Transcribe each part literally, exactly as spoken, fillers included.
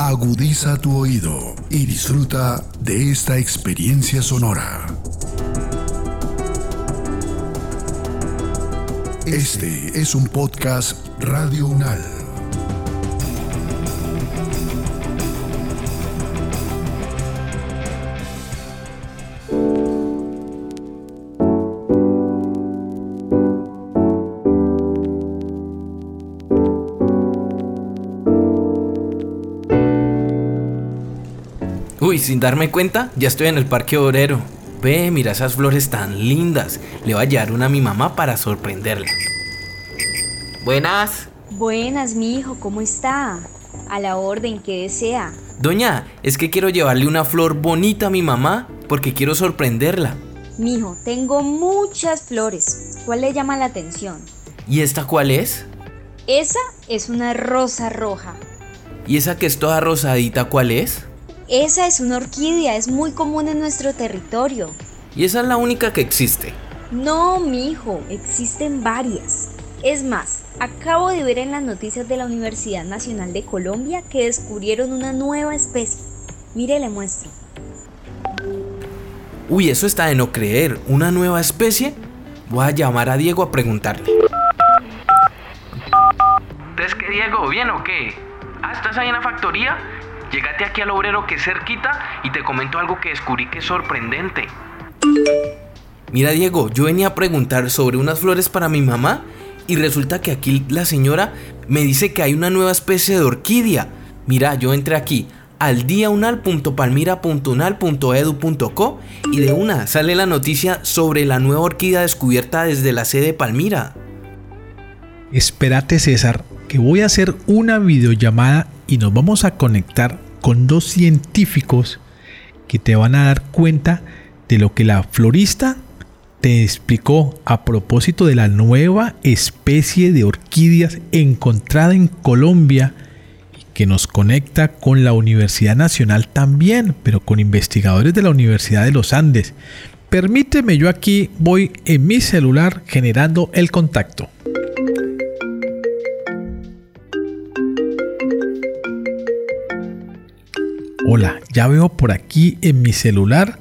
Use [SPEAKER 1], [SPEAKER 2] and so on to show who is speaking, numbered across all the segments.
[SPEAKER 1] Agudiza tu oído y disfruta de esta experiencia sonora. Este es un podcast Radio Unal.
[SPEAKER 2] Uy, sin darme cuenta, ya estoy en el Parque Obrero. Ve, mira esas flores tan lindas. Le voy a llevar una a mi mamá para sorprenderla. Buenas.
[SPEAKER 3] Buenas, mi hijo, ¿cómo está? A la orden, ¿qué desea?
[SPEAKER 2] Doña, es que quiero llevarle una flor bonita a mi mamá porque quiero sorprenderla.
[SPEAKER 3] Mijo, tengo muchas flores. ¿Cuál le llama la atención?
[SPEAKER 2] ¿Y esta cuál es?
[SPEAKER 3] Esa es una rosa roja.
[SPEAKER 2] ¿Y esa que es toda rosadita cuál es?
[SPEAKER 3] Esa es una orquídea, es muy común en nuestro territorio.
[SPEAKER 2] ¿Y esa es la única que existe?
[SPEAKER 3] No, mijo, existen varias. Es más, acabo de ver en las noticias de la Universidad Nacional de Colombia que descubrieron una nueva especie. Mire, le muestro.
[SPEAKER 2] Uy, eso está de no creer. ¿Una nueva especie? Voy a llamar a Diego a preguntarle. ¿Es que Diego, bien o qué? Ah, ¿estás ahí en la factoría? Llegate aquí al Obrero que es cerquita y te comento algo que descubrí que es sorprendente. Mira, Diego, yo venía a preguntar sobre unas flores para mi mamá y resulta que aquí la señora me dice que hay una nueva especie de orquídea. Mira, yo entré aquí al día unal punto palmira punto unal punto edu punto co y de una sale la noticia sobre la nueva orquídea descubierta desde la sede de Palmira.
[SPEAKER 4] Espérate, César, que voy a hacer una videollamada y nos vamos a conectar con dos científicos que te van a dar cuenta de lo que la florista te explicó a propósito de la nueva especie de orquídeas encontrada en Colombia y que nos conecta con la Universidad Nacional también, pero con investigadores de la Universidad de los Andes. Permíteme, yo aquí voy en mi celular generando el contacto. Hola, ya veo por aquí en mi celular.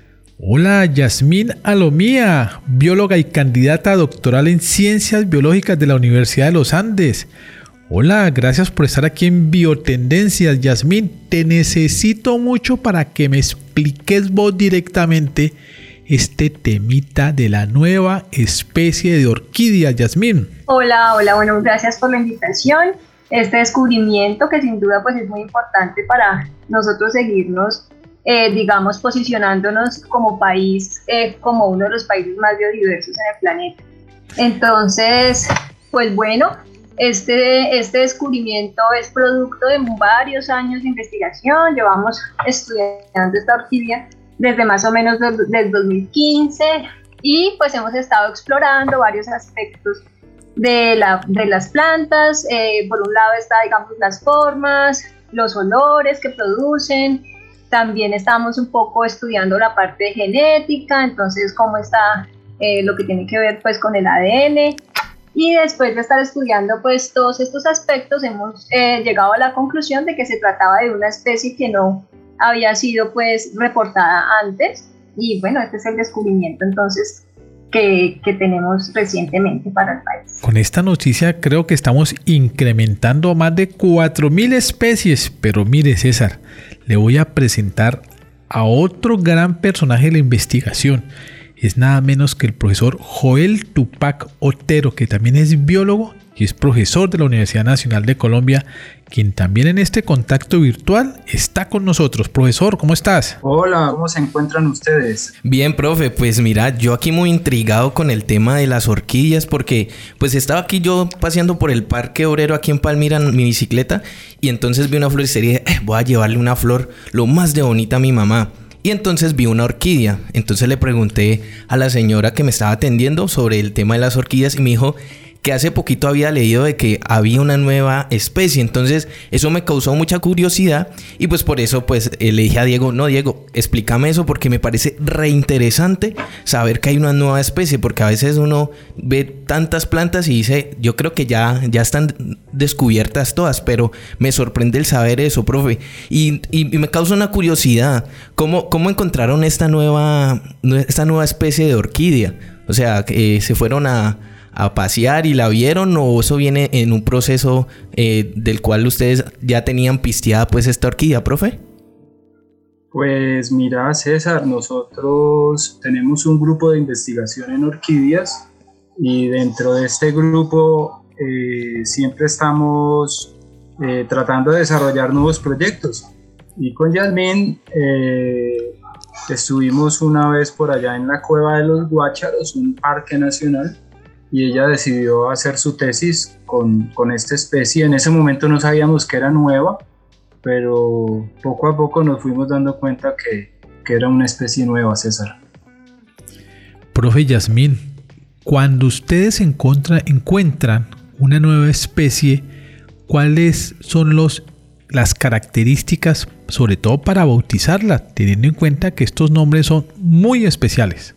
[SPEAKER 4] Hola, Yasmín Alomía, bióloga y candidata doctoral en Ciencias Biológicas de la Universidad de los Andes. Hola, gracias por estar aquí en Biotendencias, Yasmín. Te necesito mucho para que me expliques vos directamente este temita de la nueva especie de orquídea, Yasmín.
[SPEAKER 5] Hola, hola, bueno, gracias por la invitación. Este descubrimiento que sin duda pues es muy importante para nosotros seguirnos, eh, digamos, posicionándonos como país, eh, como uno de los países más biodiversos en el planeta. Entonces, pues bueno, este, este descubrimiento es producto de varios años de investigación. Llevamos estudiando esta orquídea desde más o menos desde dos mil quince y pues hemos estado explorando varios aspectos De, la, de las plantas. Eh, por un lado está, digamos, las formas, los olores que producen. También estamos un poco estudiando la parte genética, entonces cómo está eh, lo que tiene que ver pues con el A D N. Y después de estar estudiando pues todos estos aspectos hemos eh, llegado a la conclusión de que se trataba de una especie que no había sido pues reportada antes. Y bueno, este es el descubrimiento entonces Que, que tenemos recientemente para el país.
[SPEAKER 4] Con esta noticia creo que estamos incrementando a más de cuatro mil especies, pero mire, César, le voy a presentar a otro gran personaje de la investigación. Es nada menos que el profesor Joel Tupac Otero, que también es biólogo y es profesor de la Universidad Nacional de Colombia, quien también en este contacto virtual está con nosotros. Profesor, ¿cómo estás?
[SPEAKER 6] Hola, ¿cómo se encuentran ustedes?
[SPEAKER 2] Bien, profe, pues mira, yo aquí muy intrigado con el tema de las orquídeas porque pues estaba aquí yo paseando por el Parque Obrero aquí en Palmira en mi bicicleta y entonces vi una floristería y dije, eh, voy a llevarle una flor lo más de bonita a mi mamá. Y entonces vi una orquídea, entonces le pregunté a la señora que me estaba atendiendo sobre el tema de las orquídeas y me dijo que hace poquito había leído de que había una nueva especie. Entonces eso me causó mucha curiosidad y pues por eso pues eh, le dije a Diego, no Diego, explícame eso porque me parece reinteresante saber que hay una nueva especie, porque a veces uno ve tantas plantas y dice, yo creo que ya, ya están descubiertas todas, pero me sorprende el saber eso, profe. Y, y, y me causa una curiosidad, ¿cómo, cómo encontraron esta nueva, esta nueva especie de orquídea? O sea, eh, ¿se fueron a, a pasear y la vieron o eso viene en un proceso eh, del cual ustedes ya tenían pisteada pues esta orquídea, profe?
[SPEAKER 6] Pues mira, César, nosotros tenemos un grupo de investigación en orquídeas y dentro de este grupo eh, siempre estamos eh, tratando de desarrollar nuevos proyectos. Y con Yasmín eh, estuvimos una vez por allá en la Cueva de los Guácharos, un parque nacional, y ella decidió hacer su tesis con, con esta especie. En ese momento no sabíamos que era nueva, pero poco a poco nos fuimos dando cuenta que, que era una especie nueva, César.
[SPEAKER 4] Profe Yasmín, cuando ustedes encuentran, encuentran una nueva especie, ¿cuáles son los, las características, sobre todo para bautizarla, teniendo en cuenta que estos nombres son muy especiales?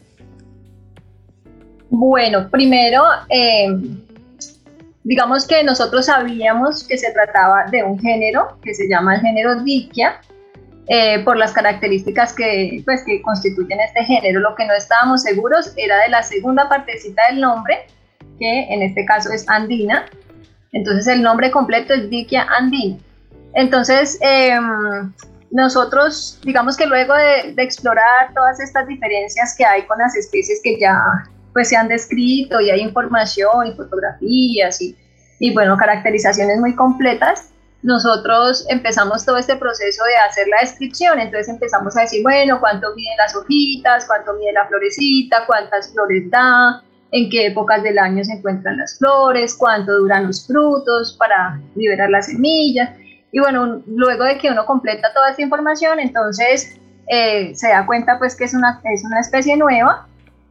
[SPEAKER 5] Bueno, primero, eh, digamos que nosotros sabíamos que se trataba de un género que se llama el género Dickia, eh, por las características que, pues, que constituyen este género. Lo que no estábamos seguros era de la segunda partecita del nombre, que en este caso es andina. Entonces el nombre completo es Dickia andina. Entonces eh, nosotros, digamos que luego de, de explorar todas estas diferencias que hay con las especies que ya pues se han descrito y hay información y fotografías y, y bueno, caracterizaciones muy completas, nosotros empezamos todo este proceso de hacer la descripción. Entonces empezamos a decir, bueno, cuánto miden las hojitas, cuánto mide la florecita, cuántas flores da, en qué épocas del año se encuentran las flores, cuánto duran los frutos para liberar las semillas. Y bueno, luego de que uno completa toda esta información, entonces eh, se da cuenta pues que es una, es una especie nueva.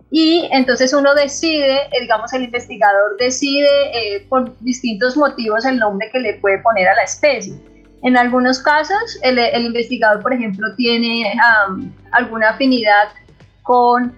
[SPEAKER 5] Y entonces uno decide, digamos el investigador decide eh, por distintos motivos el nombre que le puede poner a la especie. En algunos casos el, el investigador, por ejemplo, tiene um, alguna afinidad con,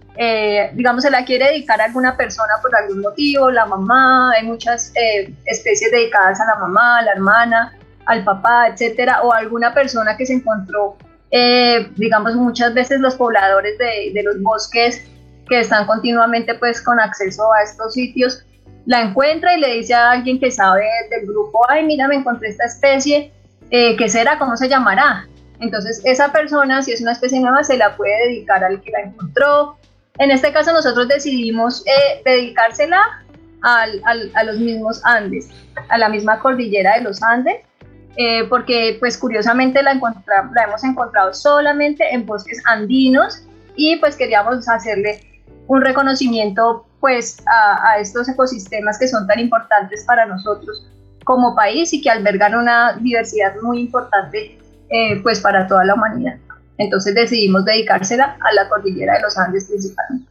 [SPEAKER 5] eh, digamos, se la quiere dedicar a alguna persona por algún motivo, la mamá, hay muchas eh, especies dedicadas a la mamá, a la hermana, al papá, etcétera, o alguna persona que se encontró, eh, digamos, muchas veces los pobladores de, de los bosques que están continuamente pues con acceso a estos sitios, la encuentra y le dice a alguien que sabe del grupo, ay mira, me encontré esta especie, eh, ¿qué será? ¿Cómo se llamará? Entonces esa persona, si es una especie nueva, se la puede dedicar al que la encontró. En este caso nosotros decidimos eh, dedicársela al, al, a los mismos Andes, a la misma cordillera de los Andes, eh, porque pues curiosamente la, encontra, la hemos encontrado solamente en bosques andinos y pues queríamos hacerle un reconocimiento pues a, a estos ecosistemas que son tan importantes para nosotros como país y que albergan una diversidad muy importante eh, pues para toda la humanidad. Entonces decidimos dedicársela a la cordillera de los Andes principalmente.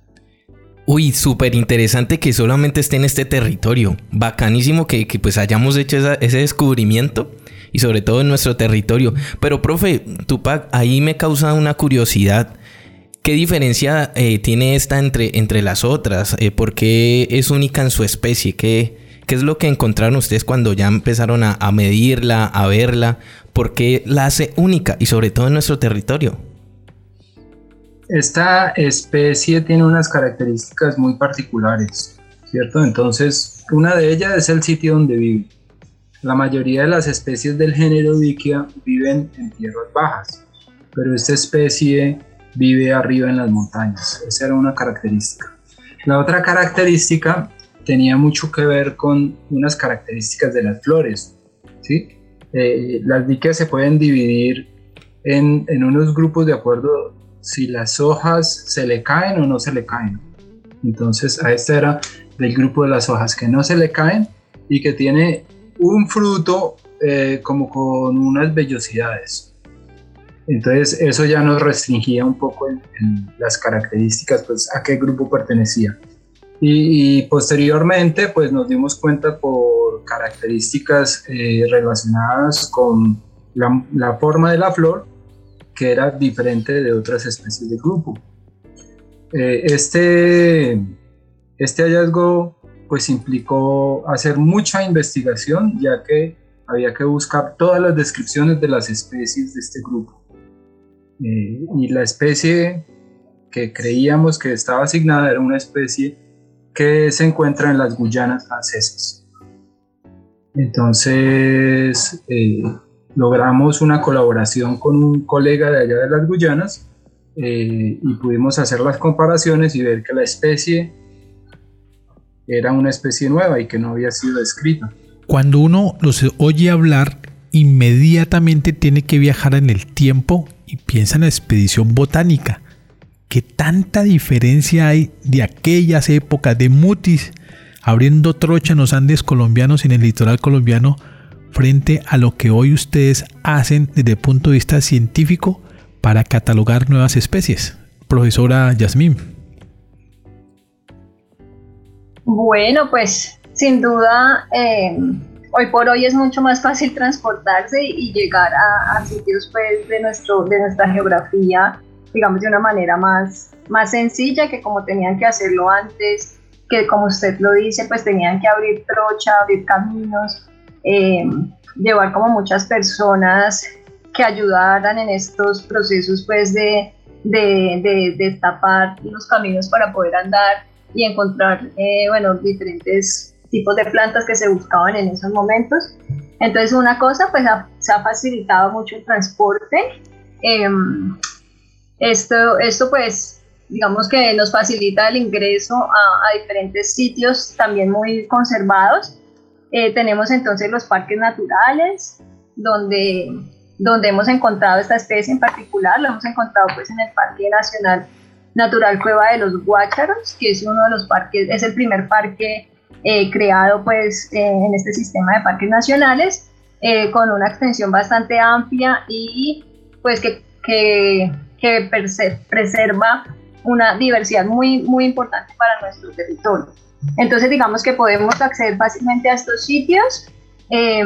[SPEAKER 2] Uy, súper interesante que solamente esté en este territorio. Bacanísimo que, que pues hayamos hecho esa, ese descubrimiento y sobre todo en nuestro territorio. Pero profe, Tupac, ahí me causa una curiosidad. ¿Qué diferencia eh, tiene esta entre, entre las otras? Eh, ¿Por qué es única en su especie? ¿Qué, qué es lo que encontraron ustedes cuando ya empezaron a, a medirla, a verla? ¿Por qué la hace única y sobre todo en nuestro territorio?
[SPEAKER 6] Esta especie tiene unas características muy particulares, ¿cierto? Entonces, una de ellas es el sitio donde vive. La mayoría de las especies del género Dickia viven en tierras bajas, pero esta especie vive arriba en las montañas. Esa era una característica. La otra característica tenía mucho que ver con unas características de las flores, ¿sí? Eh, las Dickias se pueden dividir en, en unos grupos de acuerdo si las hojas se le caen o no se le caen. Entonces a esta era del grupo de las hojas que no se le caen y que tiene un fruto eh, como con unas vellosidades. Entonces eso ya nos restringía un poco en, en las características, pues a qué grupo pertenecía. Y, y posteriormente pues nos dimos cuenta por características eh, relacionadas con la, la forma de la flor que era diferente de otras especies del grupo. Eh, este, este hallazgo pues implicó hacer mucha investigación, ya que había que buscar todas las descripciones de las especies de este grupo. Eh, y la especie que creíamos que estaba asignada era una especie que se encuentra en las Guyanas francesas. Entonces eh, logramos una colaboración con un colega de allá de las Guyanas eh, y pudimos hacer las comparaciones y ver que la especie era una especie nueva y que no había sido descrita.
[SPEAKER 4] Cuando uno los oye hablar, inmediatamente tiene que viajar en el tiempo y piensa en la expedición botánica. ¿Qué tanta diferencia hay de aquellas épocas de mutis abriendo trocha en los Andes colombianos, en el litoral colombiano, frente a lo que hoy ustedes hacen desde el punto de vista científico para catalogar nuevas especies? Profesora Yasmín.
[SPEAKER 5] Bueno, pues sin duda eh, hoy por hoy es mucho más fácil transportarse y llegar a, a sitios pues, de, nuestro, de nuestra geografía, digamos de una manera más, más sencilla que como tenían que hacerlo antes, que como usted lo dice, pues tenían que abrir trocha, abrir caminos, eh, llevar como muchas personas que ayudaran en estos procesos pues de, de, de, de tapar los caminos para poder andar y encontrar eh, bueno, diferentes tipos de plantas que se buscaban en esos momentos. Entonces una cosa, pues ha, se ha facilitado mucho el transporte. Eh, esto, esto pues digamos que nos facilita el ingreso a, a diferentes sitios también muy conservados. Eh, tenemos entonces los parques naturales, donde, donde hemos encontrado esta especie en particular. Lo hemos encontrado pues en el Parque Nacional Natural Cueva de los Guácharos, que es uno de los parques, es el primer parque eh, creado pues eh, en este sistema de parques nacionales, eh, con una extensión bastante amplia y pues que, que, que preserva una diversidad muy, muy importante para nuestro territorio. Entonces digamos que podemos acceder fácilmente a estos sitios. Eh,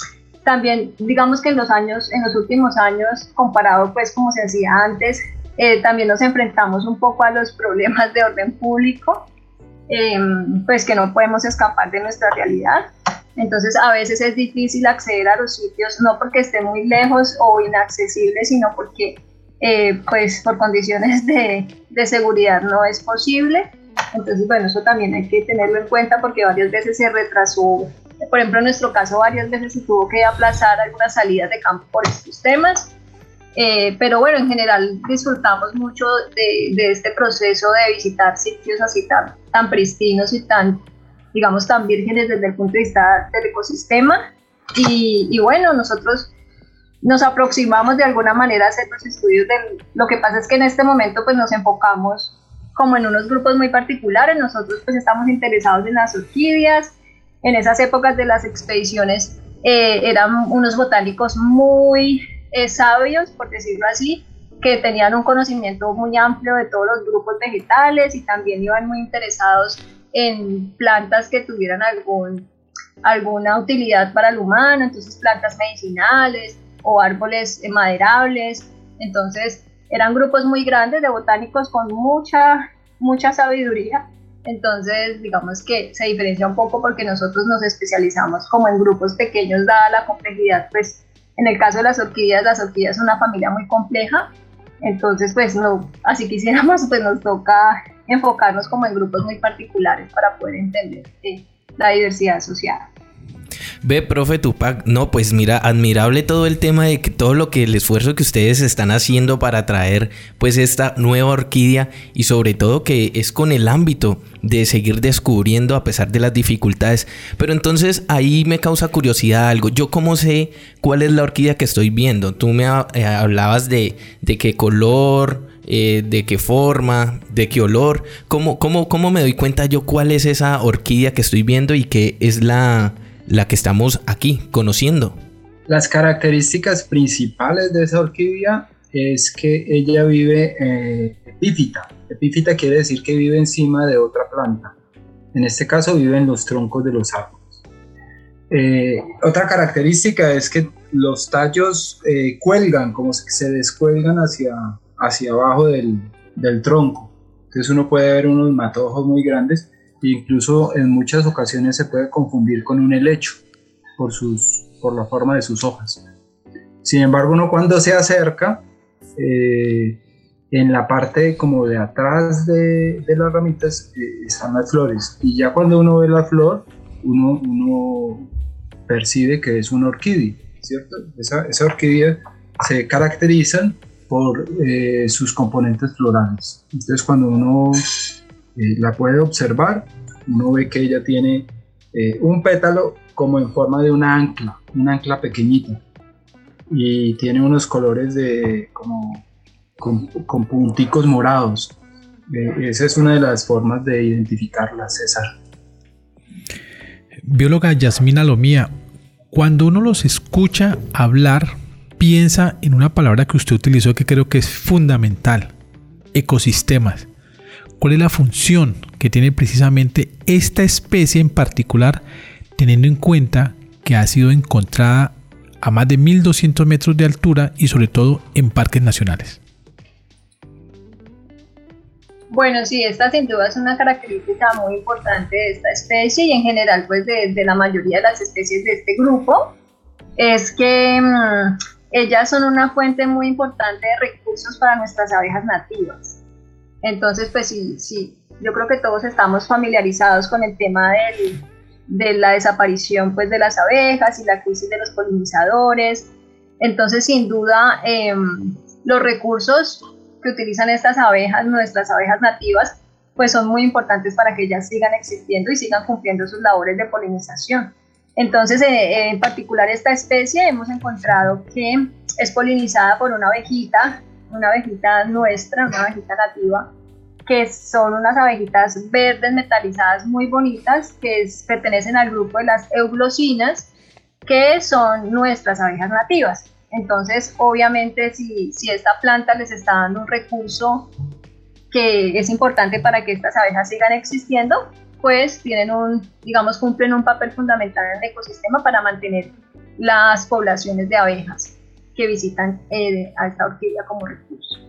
[SPEAKER 5] también digamos que en los años, en los últimos años, comparado pues como se hacía antes, Eh, también nos enfrentamos un poco a los problemas de orden público, eh, pues que no podemos escapar de nuestra realidad. Entonces a veces es difícil acceder a los sitios, no porque esté muy lejos o inaccesible, sino porque eh, pues por condiciones de, de seguridad no es posible. Entonces bueno, eso también hay que tenerlo en cuenta porque varias veces se retrasó, por ejemplo en nuestro caso varias veces se tuvo que aplazar algunas salidas de campo por estos temas. Eh, pero bueno, en general disfrutamos mucho de, de este proceso de visitar sitios así tan, tan pristinos y tan, digamos, tan vírgenes desde el punto de vista del ecosistema. Y, y bueno, nosotros nos aproximamos de alguna manera a hacer los estudios de, lo que pasa es que en este momento pues nos enfocamos como en unos grupos muy particulares. Nosotros pues estamos interesados en las orquídeas. En esas épocas de las expediciones eh, eran unos botánicos muy Eh, sabios, por decirlo así, que tenían un conocimiento muy amplio de todos los grupos vegetales y también iban muy interesados en plantas que tuvieran algún, alguna utilidad para el humano, entonces plantas medicinales o árboles maderables. Entonces eran grupos muy grandes de botánicos con mucha, mucha sabiduría. Entonces digamos que se diferencia un poco porque nosotros nos especializamos como en grupos pequeños dada la complejidad pues. En el caso de las orquídeas, las orquídeas son una familia muy compleja, entonces pues no, así quisiéramos, pues nos toca enfocarnos como en grupos muy particulares para poder entender eh, la diversidad asociada.
[SPEAKER 2] Ve, profe Tupac, no, pues mira, admirable todo el tema de que todo lo que el esfuerzo que ustedes están haciendo para traer pues esta nueva orquídea y sobre todo que es con el ámbito de seguir descubriendo a pesar de las dificultades. Pero entonces ahí me causa curiosidad algo. Yo cómo sé cuál es la orquídea que estoy viendo. Tú me eh, hablabas de, de qué color, eh, de qué forma, de qué olor. ¿Cómo, cómo, ¿Cómo me doy cuenta yo cuál es esa orquídea que estoy viendo y que es la... la que estamos aquí conociendo?
[SPEAKER 6] Las características principales de esa orquídea es que ella vive eh, epífita. Epífita quiere decir que vive encima de otra planta. En este caso vive en los troncos de los árboles. Eh, otra característica es que los tallos eh, cuelgan, como que se descuelgan hacia, hacia abajo del, del tronco. Entonces uno puede ver unos matojos muy grandes e incluso en muchas ocasiones se puede confundir con un helecho por, sus, por la forma de sus hojas. Sin embargo, uno cuando se acerca, eh, en la parte como de atrás de, de las ramitas eh, están las flores, y ya cuando uno ve la flor, uno, uno percibe que es una orquídea, ¿cierto? Esa, esa orquídea se caracterizan por eh, sus componentes florales. Entonces cuando uno eh, la puede observar, uno ve que ella tiene eh, un pétalo como en forma de una ancla, una ancla pequeñita, y tiene unos colores de como con, con punticos morados. Eh, esa es una de las formas de identificarla, César.
[SPEAKER 4] Bióloga Yasmina Lomía, cuando uno los escucha hablar, piensa en una palabra que usted utilizó que creo que es fundamental: ecosistemas. ¿Cuál es la función que tiene precisamente esta especie en particular, teniendo en cuenta que ha sido encontrada a más de mil doscientos metros de altura y sobre todo en parques nacionales?
[SPEAKER 5] Bueno, sí, esta sin duda es una característica muy importante de esta especie y en general pues de, de la mayoría de las especies de este grupo, es que mmm, ellas son una fuente muy importante de recursos para nuestras abejas nativas. Entonces pues sí, sí, yo creo que todos estamos familiarizados con el tema del, de la desaparición pues de las abejas y la crisis de los polinizadores. Entonces sin duda eh, los recursos que utilizan estas abejas, nuestras abejas nativas, pues son muy importantes para que ellas sigan existiendo y sigan cumpliendo sus labores de polinización. Entonces, eh, en particular esta especie hemos encontrado que es polinizada por una abejita, una abejita nuestra, una abejita nativa, que son unas abejitas verdes metalizadas muy bonitas, que es, pertenecen al grupo de las euglosinas, que son nuestras abejas nativas. Entonces, obviamente, si, si esta planta les está dando un recurso que es importante para que estas abejas sigan existiendo, pues tienen un, digamos, cumplen un papel fundamental en el ecosistema para mantener las poblaciones de abejas que visitan eh, a esta orquídea como recurso.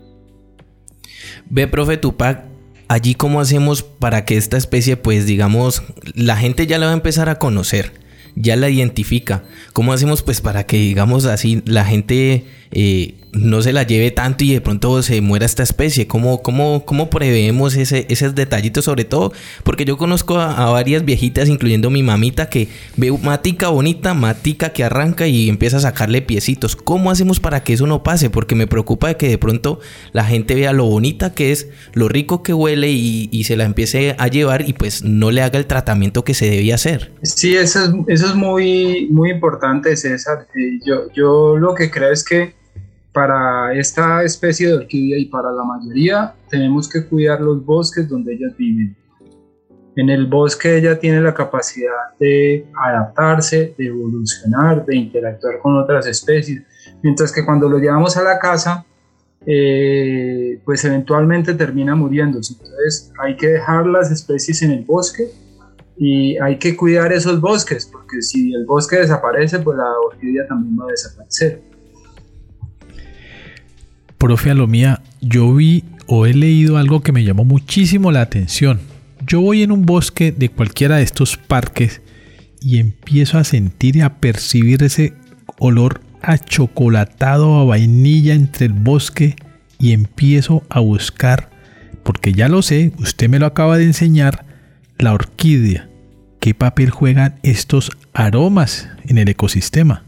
[SPEAKER 2] Ve, profe Tupac, allí cómo hacemos para que esta especie, pues digamos, la gente ya la va a empezar a conocer, ya la identifica. ¿Cómo hacemos pues para que, digamos así, la gente eh, no se la lleve tanto y de pronto se muera esta especie? ¿Cómo, cómo, cómo preveemos ese, esos detallitos? Sobre todo porque yo conozco a, a varias viejitas, incluyendo mi mamita, que ve matica bonita, matica que arranca y empieza a sacarle piecitos. ¿Cómo hacemos para que eso no pase? Porque me preocupa de que de pronto la gente vea lo bonita que es, lo rico que huele y, y se la empiece a llevar y pues no le haga el tratamiento que se debía hacer.
[SPEAKER 6] Sí, eso es, eso es muy, muy importante, César. Eh, yo, yo lo que creo es que para esta especie de orquídea y para la mayoría tenemos que cuidar los bosques donde ellas viven. En el bosque ella tiene la capacidad de adaptarse, de evolucionar, de interactuar con otras especies, mientras que cuando lo llevamos a la casa, eh, pues eventualmente termina muriéndose. Entonces hay que dejar las especies en el bosque y hay que cuidar esos bosques, porque si el bosque desaparece, pues la orquídea también va a desaparecer.
[SPEAKER 4] Profe Lomía, yo vi o he leído algo que me llamó muchísimo la atención. Yo voy en un bosque de cualquiera de estos parques y empiezo a sentir y a percibir ese olor achocolatado, a vainilla entre el bosque, y empiezo a buscar, porque ya lo sé, usted me lo acaba de enseñar, la orquídea. ¿Qué papel juegan estos aromas en el ecosistema?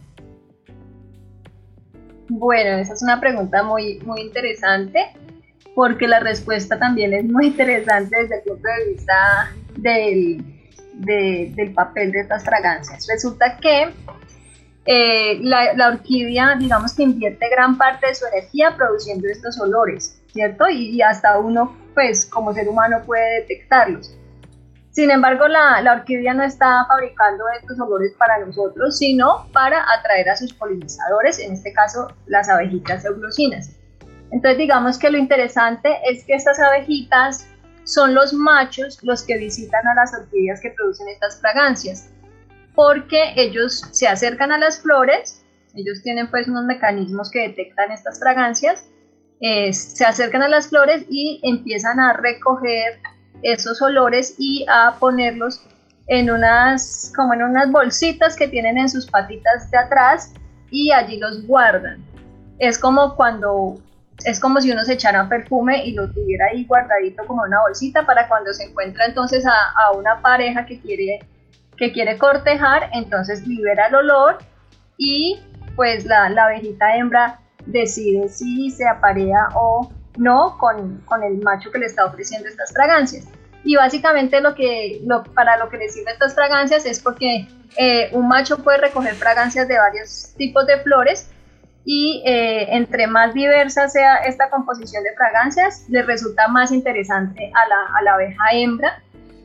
[SPEAKER 5] Bueno, esa es una pregunta muy, muy interesante, porque la respuesta también es muy interesante desde el punto de vista del, de, del papel de estas fragancias. Resulta que eh, la, la orquídea, digamos que invierte gran parte de su energía produciendo estos olores, ¿cierto? Y, y hasta uno, pues, como ser humano puede detectarlos. Sin embargo, la, la orquídea no está fabricando estos olores para nosotros, sino para atraer a sus polinizadores, en este caso las abejitas euglosinas. Entonces digamos que lo interesante es que estas abejitas son los machos los que visitan a las orquídeas que producen estas fragancias, porque ellos se acercan a las flores, ellos tienen pues unos mecanismos que detectan estas fragancias, eh, se acercan a las flores y empiezan a recoger esos olores y a ponerlos en unas, como en unas bolsitas que tienen en sus patitas de atrás, y allí los guardan. Es como cuando, es como si uno se echara perfume y lo tuviera ahí guardadito como una bolsita para cuando se encuentra entonces a, a una pareja que quiere, que quiere cortejar, entonces libera el olor y pues la, la abejita hembra decide si se aparea o no con, con el macho que le está ofreciendo estas fragancias. Y básicamente lo que, lo, para lo que le sirven estas fragancias es porque eh, un macho puede recoger fragancias de varios tipos de flores, y eh, entre más diversa sea esta composición de fragancias, le resulta más interesante a la, a la abeja hembra,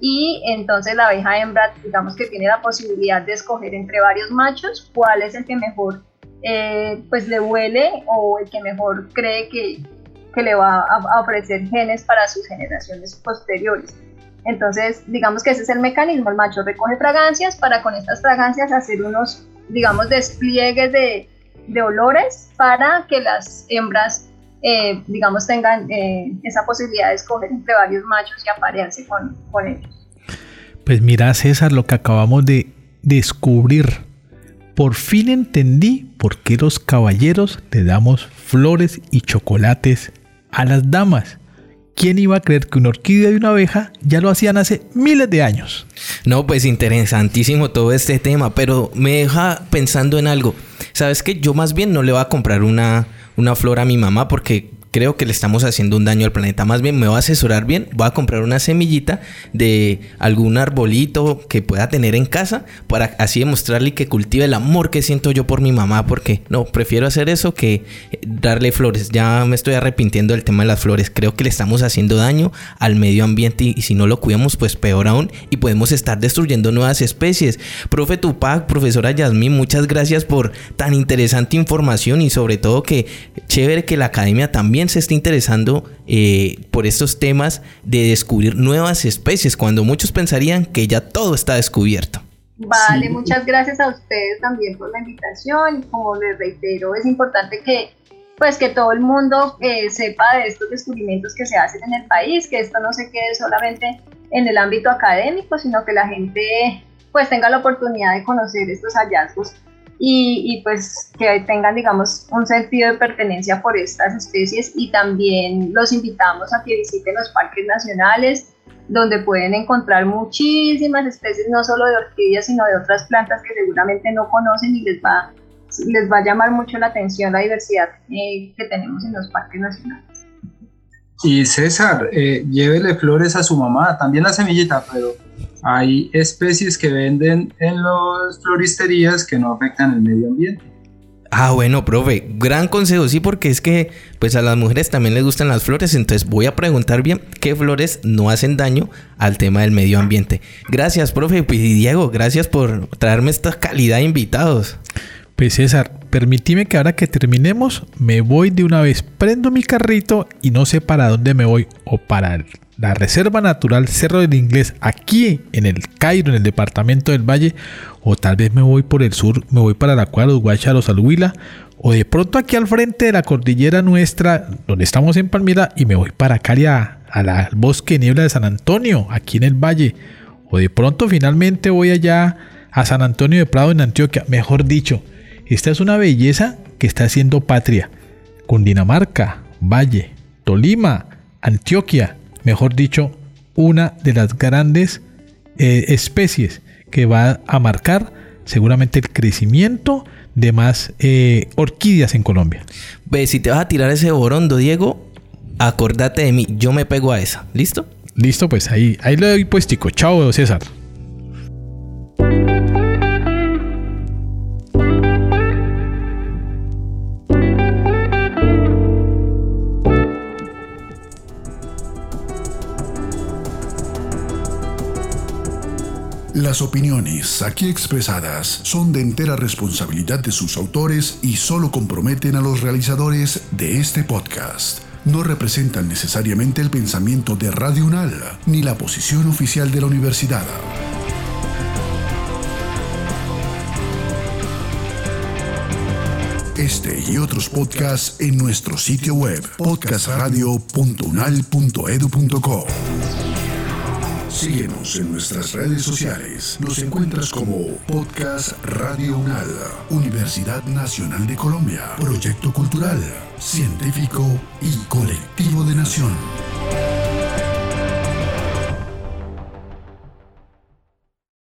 [SPEAKER 5] y entonces la abeja hembra, digamos que tiene la posibilidad de escoger entre varios machos cuál es el que mejor eh, pues le huele, o el que mejor cree que, que le va a, a ofrecer genes para sus generaciones posteriores. Entonces, digamos que ese es el mecanismo: el macho recoge fragancias para con estas fragancias hacer unos, digamos, despliegues de, de olores para que las hembras, eh, digamos, tengan eh, esa posibilidad de escoger entre varios machos y aparearse con, con ellos.
[SPEAKER 4] Pues mira, César, lo que acabamos de descubrir. Por fin entendí por qué los caballeros le damos flores y chocolates a las damas. ¿Quién iba a creer que una orquídea y una abeja ya lo hacían hace miles de años?
[SPEAKER 2] No, pues interesantísimo todo este tema, pero me deja pensando en algo. ¿Sabes qué? Yo más bien no le voy a comprar una, una flor a mi mamá porque creo que le estamos haciendo un daño al planeta. Más bien me voy a asesorar bien, voy a comprar una semillita de algún arbolito que pueda tener en casa para así demostrarle que cultive el amor que siento yo por mi mamá, porque no, prefiero hacer eso que darle flores. Ya me estoy arrepintiendo del tema de las flores. Creo que le estamos haciendo daño al medio ambiente y, y si no lo cuidamos, pues peor aún, y podemos estar destruyendo nuevas especies. Profe Tupac, profesora Yasmín, muchas gracias por tan interesante información, y sobre todo que chévere que la academia también se está interesando eh, por estos temas de descubrir nuevas especies, cuando muchos pensarían que ya todo está descubierto.
[SPEAKER 5] Vale,
[SPEAKER 6] Sí.
[SPEAKER 5] muchas gracias a ustedes también por la invitación. Como les reitero, es importante que pues que todo el mundo eh, sepa de estos descubrimientos que se hacen en el país, que esto no se quede solamente en el ámbito académico, sino que la gente pues tenga la oportunidad de conocer estos hallazgos y, y pues que tengan, digamos, un sentido de pertenencia por estas especies. Y también los invitamos a que visiten los parques nacionales, donde pueden encontrar muchísimas especies, no solo de orquídeas, sino de otras plantas que seguramente no conocen, y les va, les va a llamar mucho la atención la diversidad eh, que tenemos en los parques nacionales.
[SPEAKER 6] Y César, eh, llévele flores a su mamá, también la semillita, pero hay especies que venden en las floristerías que no afectan el medio ambiente.
[SPEAKER 2] Ah, bueno, profe, gran consejo, sí, porque es que pues a las mujeres también les gustan las flores, entonces voy a preguntar bien qué flores no hacen daño al tema del medio ambiente. Gracias, profe, y Diego, gracias por traerme esta calidad de invitados.
[SPEAKER 4] Pues César, permíteme que ahora que terminemos me voy de una vez, prendo mi carrito y no sé para dónde me voy, o para la Reserva Natural Cerro del Inglés, aquí en el Cairo, en el departamento del Valle, o tal vez me voy por el sur, me voy para la Cueva de los Guácharos, al Huila, o de pronto aquí al frente de la cordillera nuestra, donde estamos en Palmira, y me voy para Cali, a, a la, al bosque de niebla de San Antonio, aquí en el Valle, o de pronto finalmente voy allá a San Antonio de Prado, en Antioquia. Mejor dicho, esta es una belleza que está haciendo patria. Cundinamarca, Valle, Tolima, Antioquia, mejor dicho, una de las grandes eh, especies que va a marcar seguramente el crecimiento de más eh, orquídeas en Colombia.
[SPEAKER 2] Ve, si te vas a tirar ese borondo, Diego, acordate de mí, yo me pego a esa, ¿listo?
[SPEAKER 4] Listo, pues ahí, ahí le doy puestico. Chao, César.
[SPEAKER 1] Las opiniones aquí expresadas son de entera responsabilidad de sus autores y solo comprometen a los realizadores de este podcast. no representan necesariamente el pensamiento de Radio UNAL ni la posición oficial de la universidad. Este y otros podcasts en nuestro sitio web podcast radio punto unal punto edu punto co. Síguenos en nuestras redes sociales. Nos encuentras como Podcast Radio UNAL, Universidad Nacional de Colombia, proyecto cultural, científico y colectivo de nación.